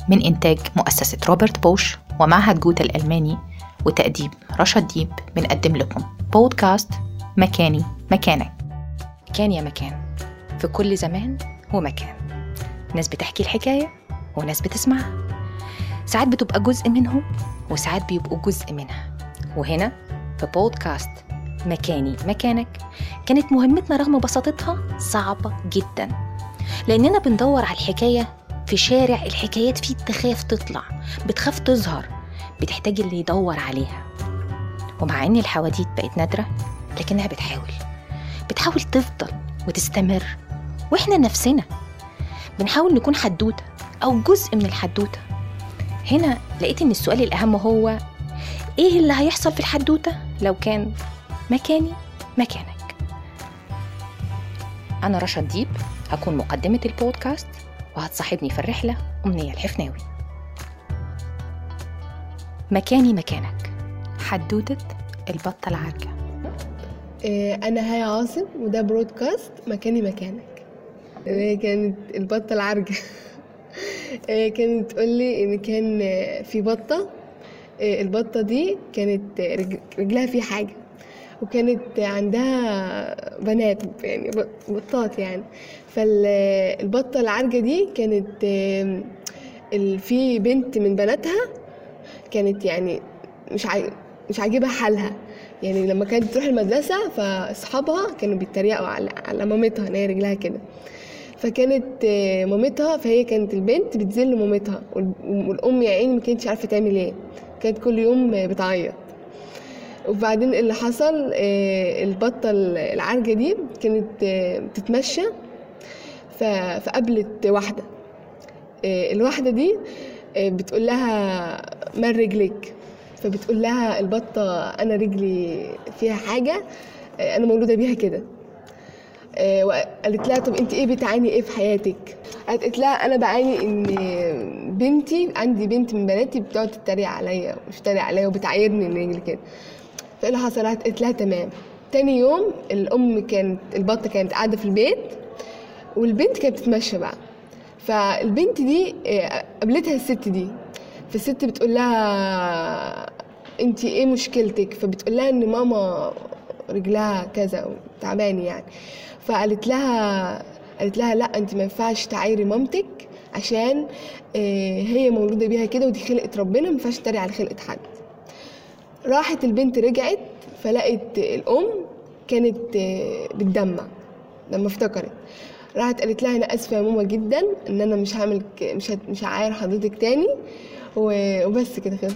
من إنتاج مؤسسة روبرت بوش ومعهد جوتا الألماني وتقديم رشا ديب بنقدم لكم بودكاست مكاني مكانك. كان يا مكان في كل زمان ومكان، ناس بتحكي الحكاية وناس بتسمعها، ساعات بتبقى جزء منهم وساعات بيبقوا جزء منها. وهنا في بودكاست مكاني مكانك كانت مهمتنا رغم بساطتها صعبة جدا، لأننا بندور على الحكاية في شارع الحكايات فيه بتخاف تطلع، بتخاف تظهر، بتحتاج اللي يدور عليها. ومع أن الحواديت بقت نادرة لكنها بتحاول تفضل وتستمر، وإحنا نفسنا بنحاول نكون حدوتة أو جزء من الحدوتة. هنا لقيت أن السؤال الأهم هو إيه اللي هيحصل في الحدوتة لو كان مكاني مكانك. أنا رشا ديب هكون مقدمة البودكاست، وهتصاحبني في الرحلة أمنية الحفناوي. مكاني مكانك، حدوتة البطة العرجة. أنا هيا عاصم وده برودكاست مكاني مكانك. كانت البطة العرجة كانت تقولي إن كان في بطة، البطة دي كانت رجلها في حاجة، وكانت عندها بنات يعني بطات يعني. فالبطة العرجة دي كانت في بنت من بناتها كانت يعني مش عاجبها حالها، يعني لما كانت تروح المدرسة فاصحابها كانوا بيتريقوا على مامتها ان هي رجلها كده. فكانت مامتها، فهي كانت البنت بتذل مامتها، والام يا عيني ما كانتش عارفه تعمل ايه، كانت كل يوم بتعيط. وبعدين اللي حصل، البطه العرجه دي كانت بتتمشى، فقابلت واحده. الواحده دي بتقول لها مال رجلك، فبتقول لها البطه انا رجلي فيها حاجه، انا مولوده بيها كده. وقالت لها طب انت ايه بتعاني ايه في حياتك؟ قالت لها انا بعاني ان عندي بنت من بناتي بتقعد تتريق عليا وبتعايرني ان رجلي كده. فايه اللي حصل؟ قالت لها تمام. تاني يوم البطه كانت قاعده في البيت، والبنت كانت بتتمشى بقى. فالبنت دي قابلتها الست دي، فالست بتقول لها انت ايه مشكلتك؟ فبتقول لها ان ماما رجلها كذا وتعباني يعني. فقالت لها لا، انت ما ينفعش تعايري مامتك عشان هي مولوده بيها كده، ودي خلقه ربنا، ما ينفعش تتريق على خلقه حد. راحت البنت رجعت فلقت الام كانت بتدمع لما افتكرت. راحت قالت لها انا اسفه يا ماما جدا ان انا مش هعاير حضرتك تاني، وبس كده خلص.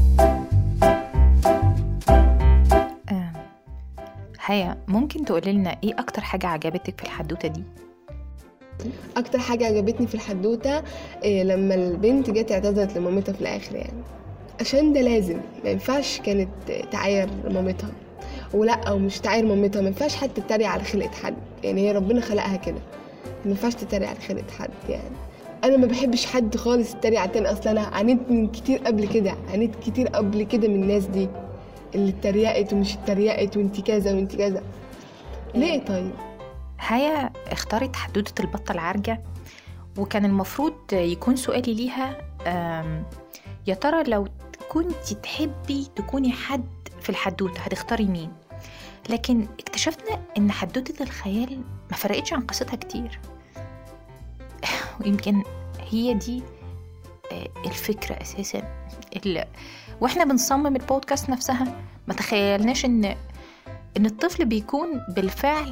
هيا ممكن تقولي لنا ايه اكتر حاجة عجبتك في الحدوتة دي؟ اكتر حاجة عجبتني في الحدوتة لما البنت جت اعتذرت لمامتها في الاخر، يعني عشان ده لازم، ما ينفعش كانت تعاير مامتها، او مش تعاير مامتها، ما ينفعش حد تتريق على خلقة حد، يعني هي ربنا خلقها كده، ما ينفعش تتريق على خلقة حد. يعني انا ما بحبش حد خالص يتريق على التاني، اصلا انا عانيت كتير قبل كده من الناس دي اللي اتريقت ومش اتريقت وانت كذا وانت كذا. ليه طيب؟ هيا اختارت حدوتة البطة العرجة، وكان المفروض يكون سؤالي ليها يا ترى لو كنت تحبي تكوني حد في الحدوتة هتختاري مين؟ لكن اكتشفنا ان حدوتة الخيال ما فرقتش عن قصتها كتير، ويمكن هي دي الفكرة اساسا. واحنا بنصمم البودكاست نفسها ما تخيلناش ان الطفل بيكون بالفعل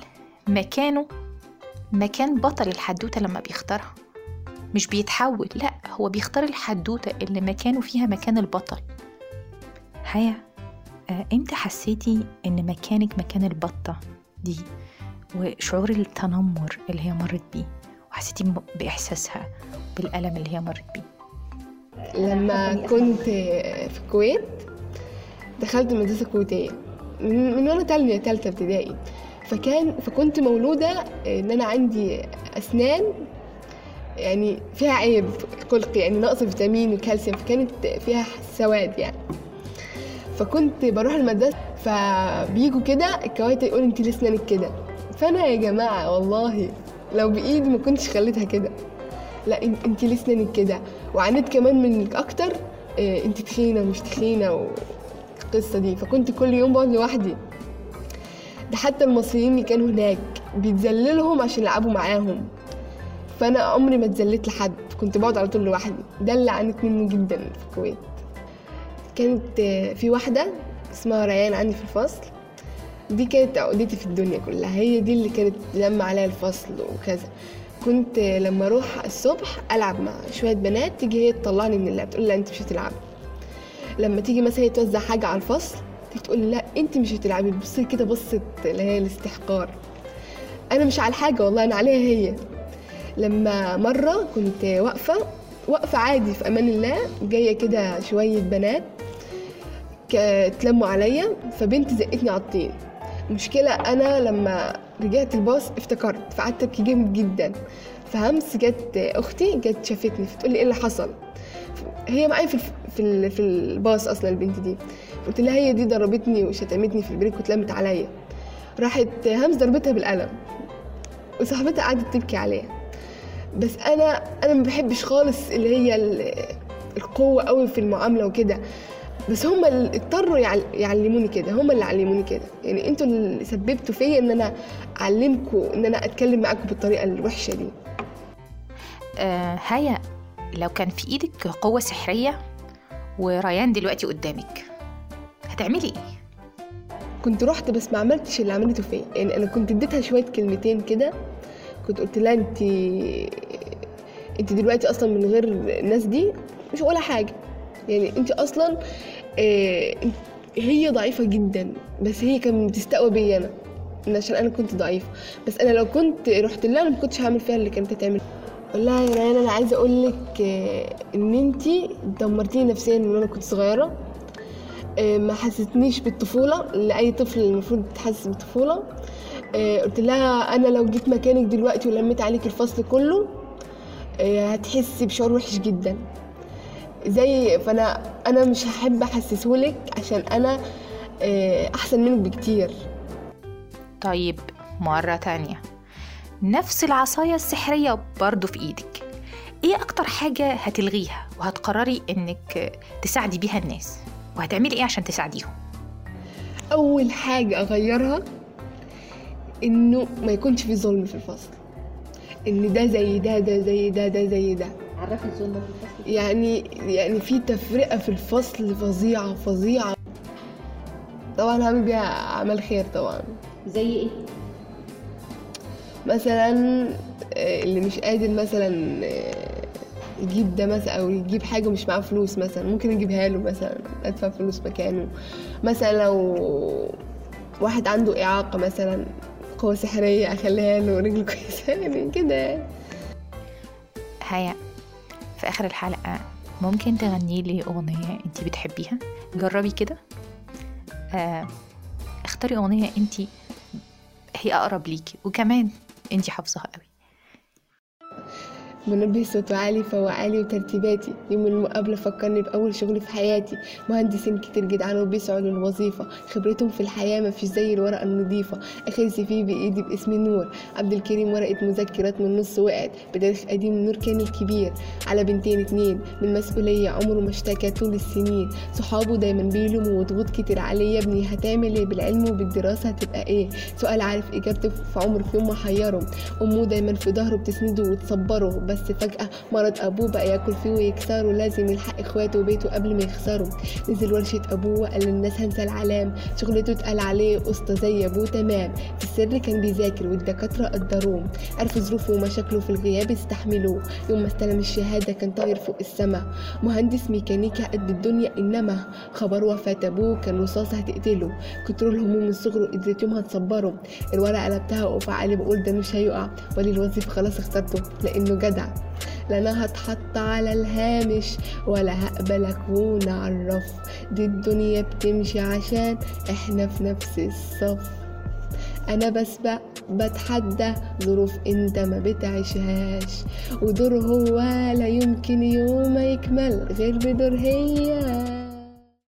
مكان بطل الحدوتة لما بيختارها، مش بيتحول، لا هو بيختار الحدوتة اللي مكانه فيها مكان البطل. هيا امتى حسيتي ان مكانك مكان البطة دي، وشعور التنمر اللي هي مرت بيه، وحسيتي بإحساسها بالألم اللي هي مرت بيه؟ لما كنت في الكويت دخلت المدرسة الكويتية من وانا تالتة ابتدائي، فكنت مولودة ان انا عندي اسنان يعني فيها عيب خلقي، يعني نقص فيتامين وكالسيوم، فكانت فيها سواد يعني. فكنت بروح المدرسة فبيجوا كده الكويتة يقولوا انتي ليه اسنانك كده، فانا يا جماعة والله لو بايدي ما كنتش خليتها كده، لا انت ليه سنانك كده، وعانيت كمان منك اكتر انت تخينه مش تخينه والقصه دي. فكنت كل يوم بقعد لوحدي. ده حتى المصريين اللي كانوا هناك بيتذللهم عشان يلعبوا معاهم، فانا عمري ما اتذلت لحد، كنت بقعد على طول لوحدي. ده اللي عانيت منه جدا في الكويت. كانت في واحده اسمها ريان عندي في الفصل، دي كانت عقدتي في الدنيا كلها، هي دي اللي كانت لما عليها الفصل وكذا. كنت لما اروح الصبح العب مع شويه بنات، تيجي هي تطلعني من اللعب، تقول لا انت مش هتلعبي. لما تيجي مثلا هي توزع حاجه على الفصل، تيجي تقول لي لا انت مش هتلعبي، تبصي كده بصت اللي هي الاستحقار. انا مش على حاجه والله، انا عليها هي. لما مره كنت واقفه عادي في امان الله، جايه كده شويه بنات اتلموا عليا، فبنت زقتني على الطين. المشكله انا لما رجعت الباص افتكرت، فقعدت ابكي جامد جدا. فهمس جت اختي، جت شافتني فتقول لي ايه اللي حصل. هي معايا في الباص اصلا البنت دي. قلت لها هي دي ضربتني وشتمتني في البريك واتلمت عليا. راحت همس ضربتها بالقلم، وصاحبتها قعدت تبكي عليها. بس انا ما بحبش خالص اللي هي القوه قوي في المعامله وكده، بس هم اللي اضطروا يعلموني كده، هم اللي علموني كده. يعني انتوا اللي سببتوا فيا ان انا اعلمكم ان انا اتكلم معاكم بالطريقه الوحشه دي. هيا، لو كان في ايدك قوه سحريه وريان دلوقتي قدامك، هتعملي ايه؟ كنت رحت بس ما عملتش اللي عملته فيا. يعني انا كنت اديتها شويه كلمتين كده، كنت قلت لها انت دلوقتي اصلا من غير الناس دي مش ولا حاجه. يعني انت اصلا هي ضعيفه جدا، بس هي كانت بتستقوى بيا انا عشان انا كنت ضعيفه. بس انا لو كنت رحت لها انا ما كنتش هعمل فيها اللي كانت هتعمل. اقول لها يا ريان انا عايزه اقول لك ان انت دمرتيني نفسيا من وانا كنت صغيره، ما حسستنيش بالطفوله اللي اي طفل المفروض يتحسس بالطفوله. قلت لها انا لو جيت مكانك دلوقتي ولميت عليك الفصل كله هتحسي بشعور وحش جدا فانا مش هحب احسسهولك عشان انا احسن منك بكتير. طيب مرة تانية، نفس العصاية السحرية برضو في ايدك، ايه اكتر حاجة هتلغيها وهتقرري انك تساعدي بيها الناس، وهتعملي ايه عشان تساعديهم؟ اول حاجة اغيرها انه ما يكونش في ظلم في الفصل، ان ده زي ده زي ده زي ده. عرفي الظلم في الفصل؟ يعني في تفرقة في الفصل فظيعة. طبعا هعمل بيها عمل خير طبعا. زي ايه؟ مثلا اللي مش قادر مثلا يجيب ده مثلا، او يجيب حاجة مش معاه فلوس مثلا، ممكن اجيبها له مثلا، ادفع فلوس مكانه. مثلا لو واحد عنده اعاقة مثلا، قوة سحرية اخليها له، رجل كويسة يعني كده. هيا، في اخر الحلقة ممكن تغني لي اغنية انتي بتحبيها؟ جربي كده. اختاري اغنية انتي هي اقرب ليكي وكمان انتي حافظها قوي. منبه صوته عالي فهو عالي وترتيباتي، يوم المقابلة فكرني بأول شغل في حياتي. مهندسين كتير جدعان وبيسعوا للوظيفة، خبرتهم في الحياة مفيش زي الورقة النظيفة. آخر CV بإيدي باسم نور عبد الكريم، ورقة مذكرات من النص وقعت بتاريخ قديم. نور كان الكبير على بنتين 2 من مسؤولية، عمره ما اشتكى طول السنين. صحابه دايما بيلوموا وضغوط كتير عليا، ابني هتعمل ايه بالعلم وبالدراسة هتبقى ايه؟ سؤال عارف اجابته في عمر في يوم ما حيره. امه دايما في ظهره بتسنده وتصبره، بس فجأة مرض أبوه بقى ياكل فيه ويكسره، لازم يلحق إخواته وبيته قبل ما يخسروا. نزل ورشة أبوه وقال للناس هنسى العلام، شغلته اتقال عليه قسطة زي أبوه تمام. في السر كان بيذاكر والدكاترة قدروه، عرفوا ظروفه ومشاكله في الغياب استحملوه. يوم ما استلم الشهادة كان طاير فوق السما، مهندس ميكانيكا قد الدنيا. إنما خبر وفاة أبوه كان رصاصة هتقتله، كتر الهموم من صغره قدرت يومها تصبره. الورقة قلبتها وفعالي بقول ده مش هيقع، ولي الوظيفة خلاص اخترته لأنه جدع. لا انا هتحط على الهامش ولا هقبل اكون عالرف، دي الدنيا بتمشي عشان احنا في نفس الصف. انا بسبق بتحدى ظروف انت ما بتعيشهاش، ودور هو لا يمكن يوم يكمل غير بدور هي.